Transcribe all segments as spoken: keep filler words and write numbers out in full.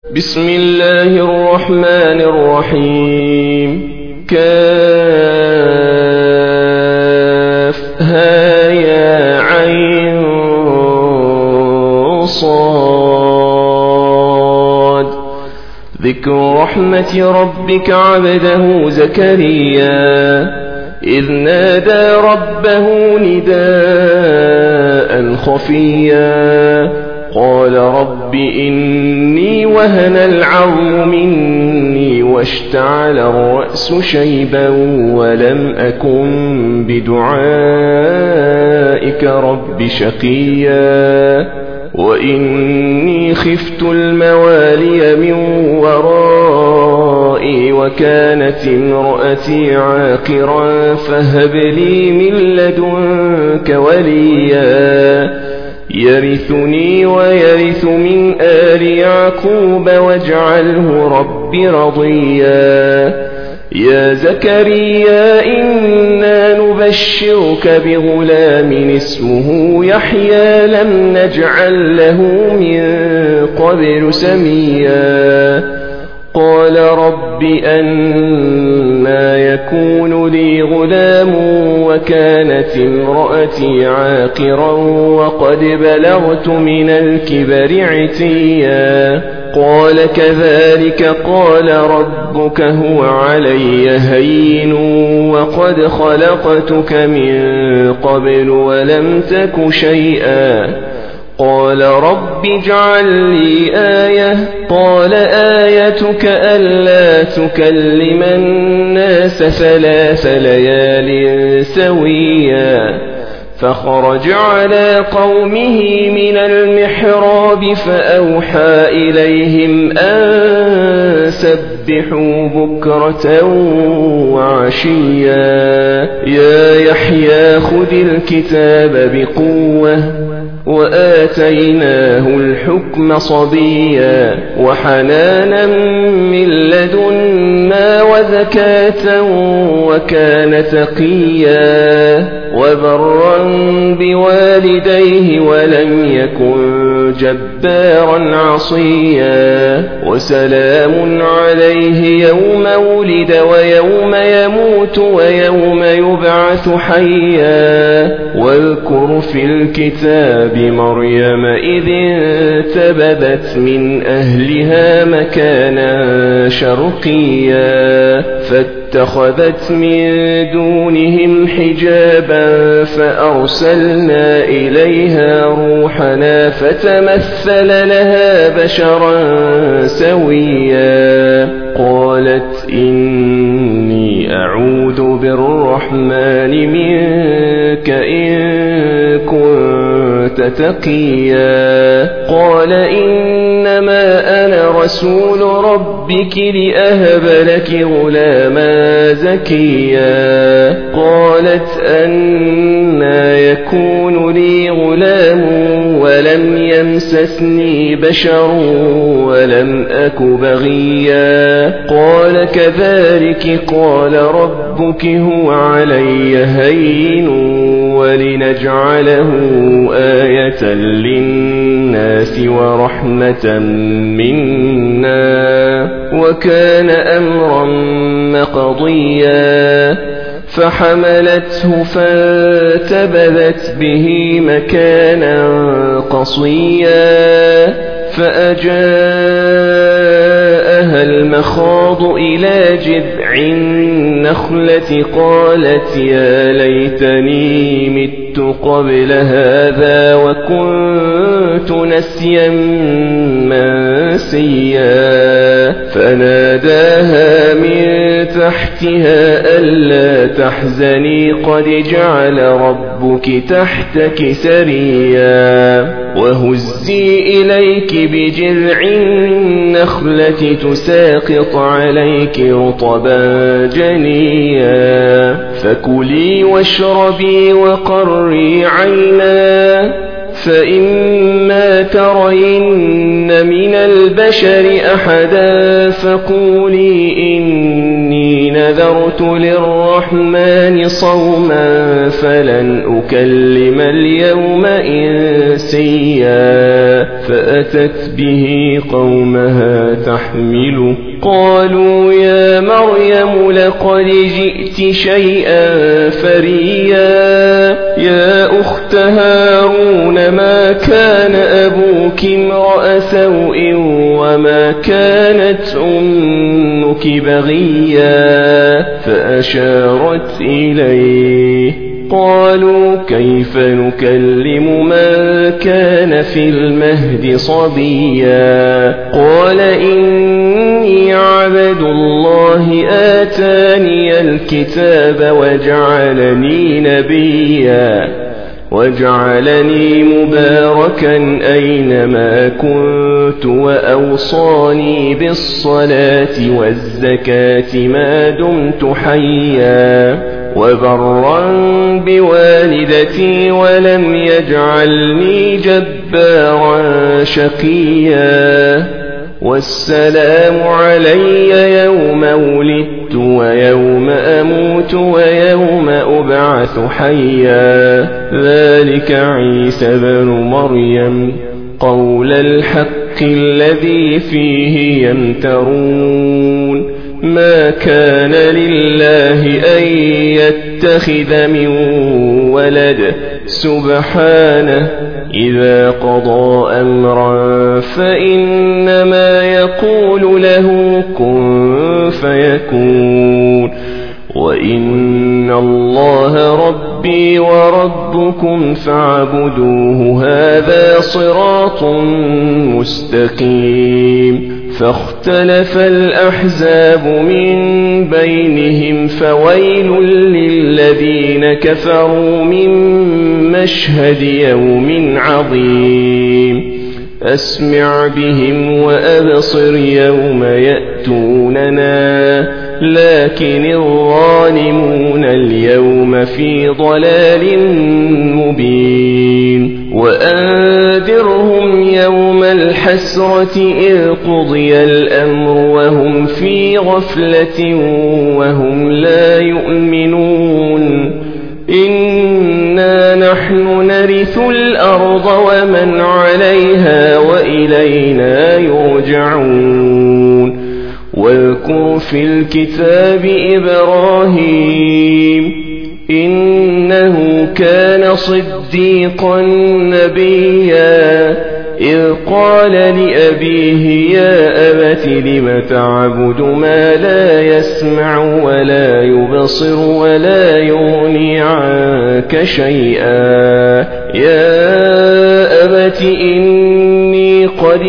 بسم الله الرحمن الرحيم. كافها يا عين صاد. ذكر رحمة ربك عبده زكريا إذ نادى ربه نداء خفيا قال رب إني وهن العظم مني واشتعل الرأس شيبا ولم أكن بدعائك رب شقيا وإني خفت الموالي من ورائي وكانت امرأتي عاقرا فهب لي من لدنك وليا يرثني ويرث من آل يعقوب واجعله رب رضيا. يا زكريا إنا نبشرك بغلام اسمه يحيى لم نجعل له من قبل سميا. قال رب أنى يكون لي غلام وكانت امرأتي عاقرا وقد بلغت من الكبر عتيا. قال كذلك قال ربك هو علي هين وقد خلقتك من قبل ولم تك شيئا. قال رب اجعل لي آية. قال آيتك ألا تكلم الناس ثلاث ليال سويا. فخرج على قومه من المحراب فأوحى إليهم أن سبحوا بكرة وعشيا. يا يحيى خذ الكتاب بقوة وآتيناه الحكم صبيا وحنانا من لدنا وزكاة وكان تقيا وبرا بوالديه ولم يكن جبارا عصيا. وسلام عليه يوم ولد ويوم يموت ويوم يبعث حيا. واذكر في الكتاب مريم إذ انتبذت من أهلها مكانا شرقيا فاتخذت من دونهم حجابا فأرسلنا إليها روحنا فتمثل لها بشرا سويا. قالت إني أعوذ بالرحمن منك إن كنت تقيا. قال إنما أنا رسول ربك لأهب لك غلاما زكيا. قالت أنى يكون لي غلام ولم يمسسني بشر ولم أك بغيا. قال كذلك قال ربك هو علي هين ولنجعله آية للناس ورحمة منا وكان أمرا مقضيا. فحملته فانتبذت به مكانا قصيا فأجاءها المخاض إلى جذع النخلة قالت يا ليتني مت قبل هذا وكنت نسيا منسيا. فناداها من تحتها ألا تحزني قد جعل ربك تحتك سريا. وهزي إليك بجذع النخلة تساقط عليك رطبا جنيا. فكلي واشربي وقري عينا فإما ترين من البشر أحدا فقولي إني نذرت للرحمن صوما فلن أكلم اليوم إنسيا. فأتت به قومها تحمله قالوا يا مريم لقد جئت شيئا فريا يا أخت هارون ما كان أبوك امرأ سوء وما كانت أمك بغيا فأشارت إليه قالوا كيف نكلم من كان في المهد صبيا قال إني عبد الله آتاني الكتاب وجعلني نبيا وجعلني مباركا أينما كنت وأوصاني بالصلاة والزكاة ما دمت حيا وبرا بوالدتي ولم يجعلني جبارا شقيا والسلام علي يوم ولدت ويوم أموت ويوم أبعث حيا ذلك عيسى بن مريم قول الحق الذي فيه يمترون ما كان لله أن يتخذ من ولد سبحانه إذا قضى أمرا فإنما يقول له كن فيكون وإن الله ربي وربكم فاعبدوه هذا صراط مستقيم فاختلف الأحزاب من بينهم فويل للذين كفروا من مشهد يوم عظيم أسمع بهم وأبصر يوم يأتوننا لكن الظالمون اليوم في ضلال مبين وأنذرهم يوم الحسرة إذ قضي الأمر وهم في غفلة وهم لا يؤمنون إنا نحن نرث الأرض ومن عليها وإلينا يرجعون واذكر في الكتاب إبراهيم إنه كان صديقا نبيا إذ قال لأبيه يا أبت لم تعبد ما لا يسمع ولا يبصر ولا يغني عنك شيئا يا أبت إني قد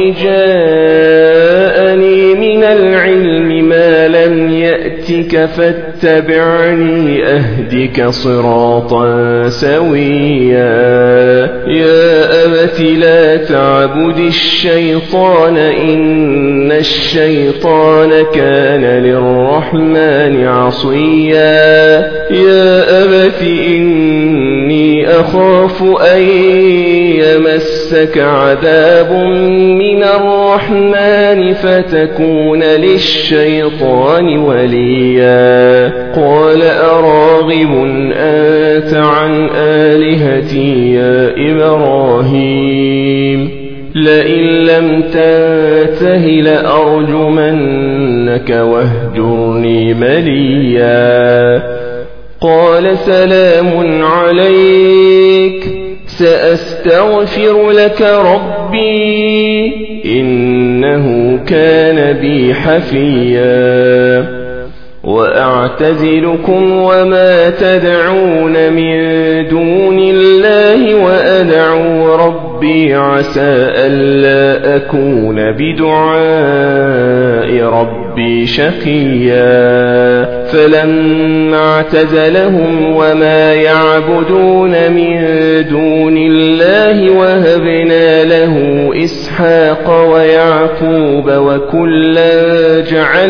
جاءني من العلم ما لم يأتك فاتبعني أهدك صراطا سويا يا أبت لا تعبد الشيطان إن الشيطان كان للرحمن عصيا يا أبت إني أخاف أن يمسك عذاب من الرحمن فتكون للشيطان وليا قال أراغب أنت عن آلهتي يا إبراهيم لئن لم تنته لأرجمنك واهجرني مليا قال سلام عليك سأستغفر لك ربي إنه كان بي حفيا وأعتزلكم وما تدعون من دون الله وأدعو ربي عسى ألا أكون بدعاء ربي شقيا فلما اعتزلهم وما يعبدون من دون الله وهبنا له إسحاق ويعقوب وكلا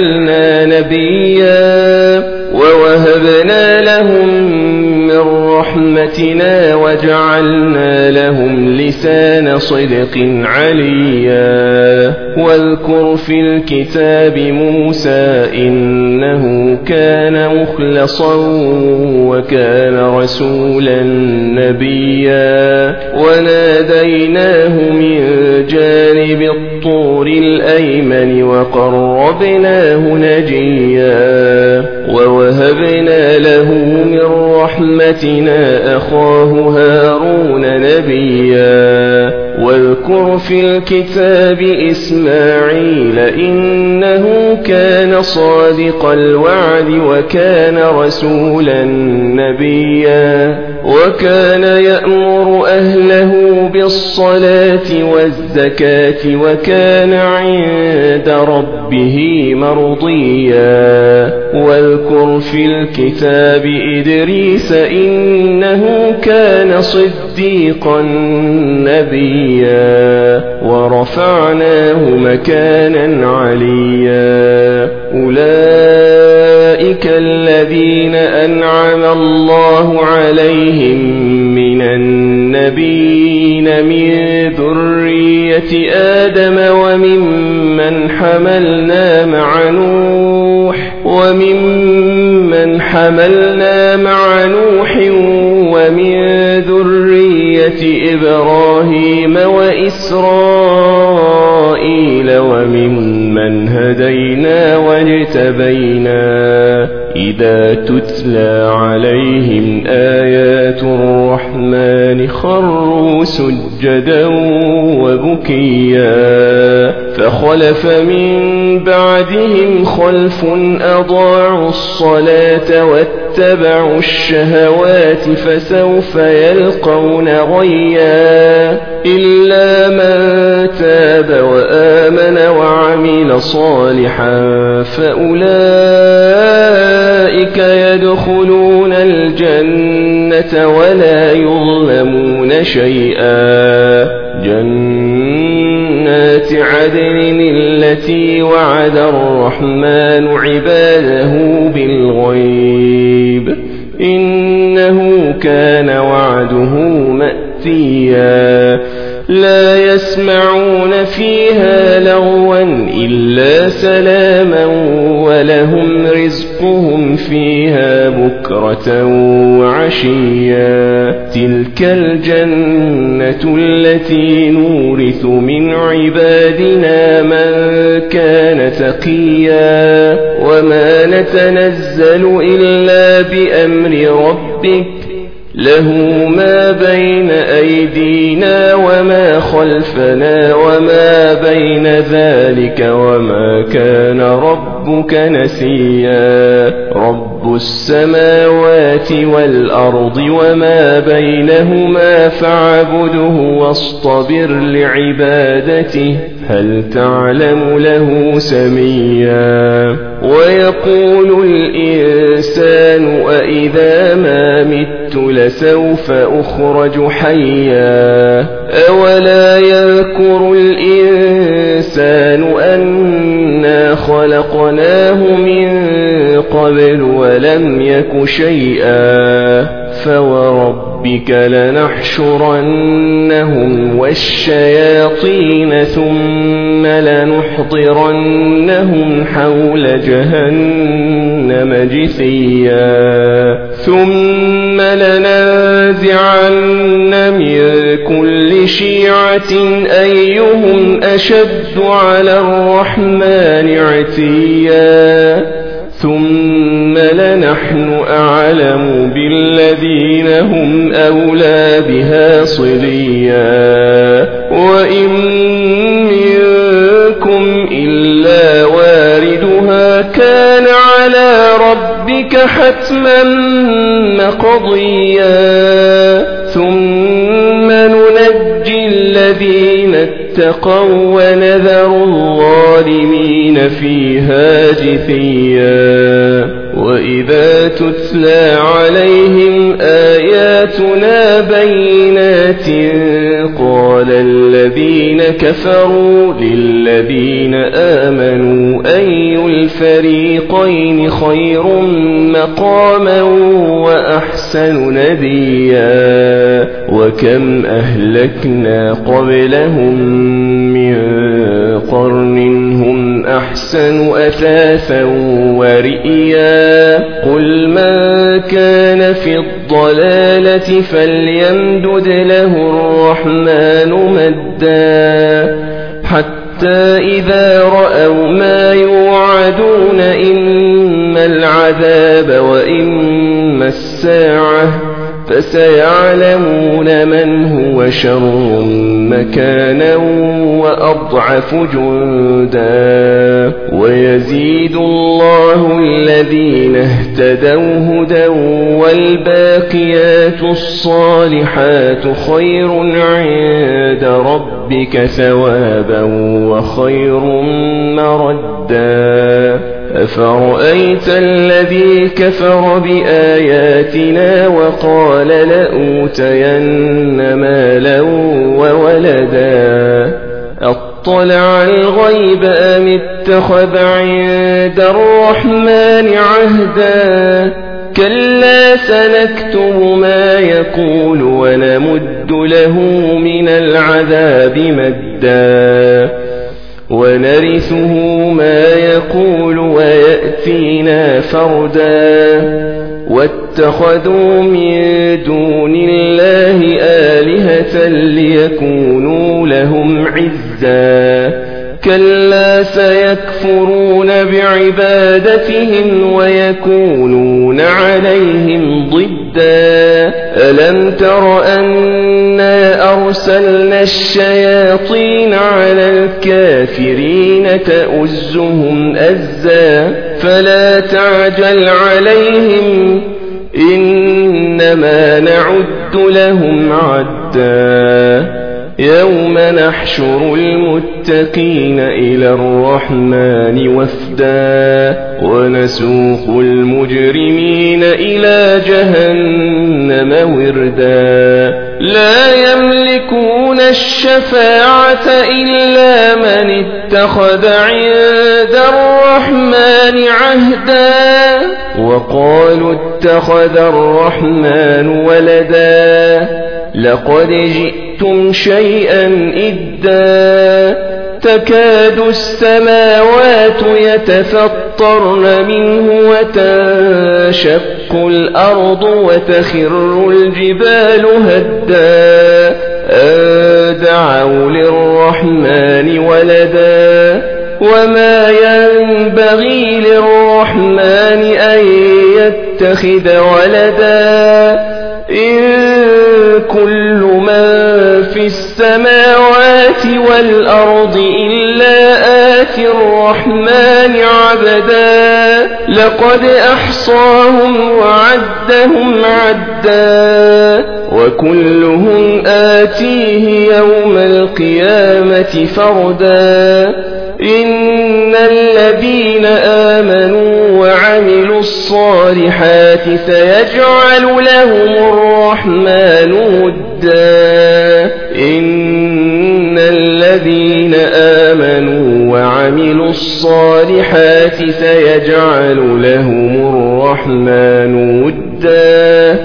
جعلنا نبيا ووهبنا لهم من رحمتنا رحمتنا وجعلنا لهم لسان صدق عليا واذكر في الكتاب موسى إنه كان مخلصا وكان رسولا نبيا وناديناه من جانب الطور الأيمن وقربناه نجيا ووهبنا له من رحمتنا أخاه هارون نبيا واذكر في الكتاب إسماعيل إنه كان صادق الوعد وكان رسولا نبيا وكان يأمر أهله بالصلاة والزكاة وكان عند ربه مرضيا واذكر في الكتاب إدريس إنه كان صديقا نبيا ورفعناه مكانا عليا أولئك الذين أنعم الله عليهم من النبيين من ذرية آدم وممن حملنا مع نوح وممن حملنا مع نوح ومن ذرية إبراهيم وإسرائيل وممن هدينا واجتبينا إذا تتلى عليهم آيات الرحمن خروا سجدا وبكيا فخلف من بعدهم خلف أضاعوا الصلاة واتبعوا الشهوات فسوف يلقون غيا إلا من تاب وآمن وعمل صالحا فأولئك يدخلون الجنة ولا يظلمون شيئا جنات عدن التي وعد الرحمن عباده بالغيب إنه كان وعده مأتيا لا يسمعون فيها لغوا إلا سلاما ولهم رزقهم فيها بكرة وعشيا تلك الجنة التي نورث من عبادنا من كان تقيا وما نتنزل إلا بأمر ربك له ما بين أيدينا وما خلفنا وما بين ذلك وما كان ربك نسيا رب السماوات والأرض وما بينهما فاعبده واصطبر لعبادته هل تعلم له سميا ويقول الإنسان أإذا ما مت لسوف أخرج حيا أولا يذكر الإنسان أنا خلقناه من قبل ولم يك شيئا فوربك لنحشرنهم والشياطين ثم لنحضرنهم حول جهنم جثيا ثم لننزعن من كل شيعة أيهم أشد على الرحمن عتيا ثم لنحن أعلم بالذين هم أولى بها صليا وإن منكم إلا واردها كان على ربك حتما مقضيا ثم ننجي الذين اتقوا ونذر الظالمين فيها جثيا وإذا تتلى عليهم آياتنا بينات قال الذين كفروا للذين آمنوا أي الفريقين خير مقاما وأحسن نديا وكم أهلكنا قبلهم من قرن هم أحسن أثاثا ورئيا قل من كان في الضلالة فليمدد له الرحمن مدا حتى إذا رأوا ما يوعدون إما العذاب وإما الساعة فسيعلمون من هو شر مكانا وأضعف جندا ويزيد الله الذين اهتدوا هدى والباقيات الصالحات خير عند ربك ثوابا وخير مردا أفرأيت الذي كفر بآياتنا وقال لأوتين مالا وولدا أطلع الغيب أم اتخذ عند الرحمن عهدا كلا سنكتب ما يقول ونمد له من العذاب مدا ونرثه ما يقول ويأتينا فردا واتخذوا من دون الله آلهة ليكونوا لهم عزا كلا سيكفرون بعبادتهم ويكونون عليهم ضدا ألم تر أنا أرسلنا الشياطين على الكافرين تؤزهم أزا فلا تعجل عليهم إنما نعد لهم عدا يوم نحشر المتقين إلى الرحمن وفدا ونسوق المجرمين إلى جهنم وردا لا يملكون الشفاعة إلا من اتخذ عند الرحمن عهدا وقالوا اتخذ الرحمن ولدا لقد جئتم شيئا إدا تكاد السماوات يتفطرن منه وتنشق الأرض وتخر الجبال هدا أن دعوا للرحمن ولدا وما ينبغي للرحمن أن يتخذ ولدا إن كل من في السماوات والأرض إلا آتي الرحمن عبدا لقد أحصاهم وعدهم عدا وكلهم آتيه يوم القيامة فردا إن الذين آمنوا وعملوا الصالحات سيجعل لهم الرحمن ودا إن الذين آمنوا وعملوا الصالحات سيجعل لهم الرحمن ودا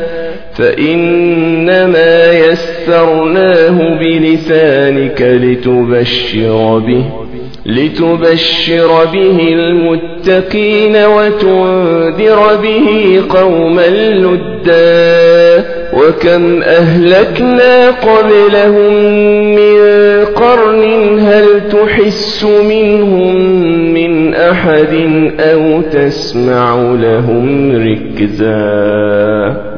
فإنما يسرناه بلسانك لتبشر به لتبشر به المتقين وتنذر به قوما لدا وكم أهلكنا قبلهم من قرن هل تحس منهم من أحد أو تسمع لهم ركزا